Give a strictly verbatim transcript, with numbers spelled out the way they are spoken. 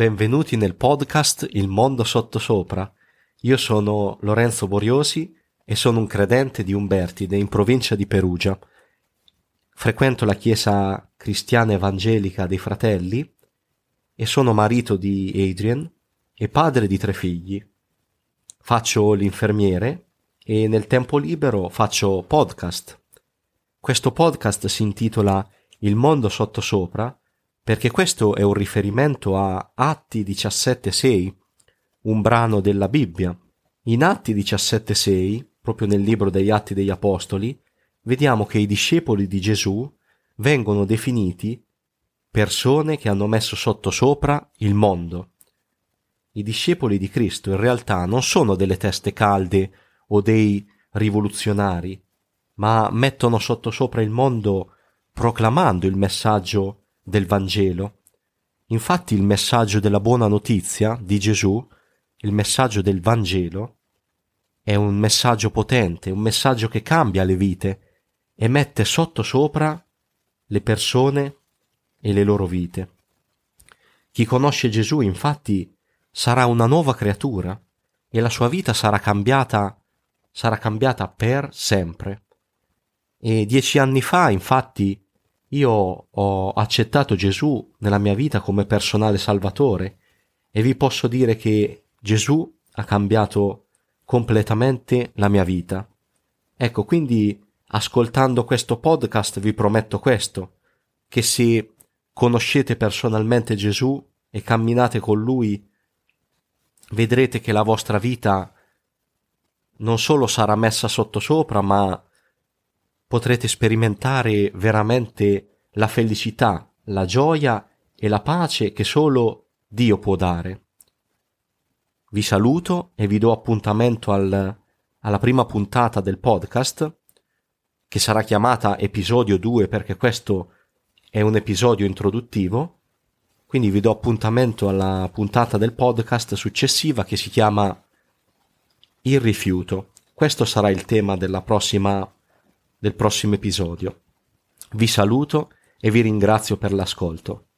benvenuti nel podcast Il Mondo Sottosopra. Io sono Lorenzo Boriosi e sono un credente di Umbertide in provincia di Perugia. Frequento la chiesa cristiana evangelica dei Fratelli e sono marito di Adrian e padre di tre figli. Faccio l'infermiere e nel tempo libero faccio podcast. Questo podcast si intitola Il Mondo Sottosopra perché questo è un riferimento a Atti diciassette sei, un brano della Bibbia. In Atti diciassette sei, proprio nel libro degli Atti degli Apostoli, vediamo che i discepoli di Gesù vengono definiti persone che hanno messo sottosopra il mondo. I discepoli di Cristo in realtà non sono delle teste calde o dei rivoluzionari, ma mettono sottosopra il mondo proclamando il messaggio del Vangelo. Infatti il messaggio della buona notizia di Gesù, il messaggio del Vangelo, è un messaggio potente, un messaggio che cambia le vite e mette sottosopra le persone e le loro vite. Chi conosce Gesù infatti sarà una nuova creatura e la sua vita sarà cambiata, sarà cambiata per sempre. E dieci anni fa infatti io ho accettato Gesù nella mia vita come personale salvatore e vi posso dire che Gesù ha cambiato completamente la mia vita. Ecco, quindi ascoltando questo podcast vi prometto questo, che se conoscete personalmente Gesù e camminate con Lui, vedrete che la vostra vita non solo sarà messa sottosopra, ma potrete sperimentare veramente la felicità, la gioia e la pace che solo Dio può dare. Vi saluto e vi do appuntamento al, alla prima puntata del podcast, che sarà chiamata episodio due perché questo è un episodio introduttivo. Quindi vi do appuntamento alla puntata del podcast successiva che si chiama Il rifiuto. Questo sarà il tema della prossima del prossimo episodio. Vi saluto e vi ringrazio per l'ascolto.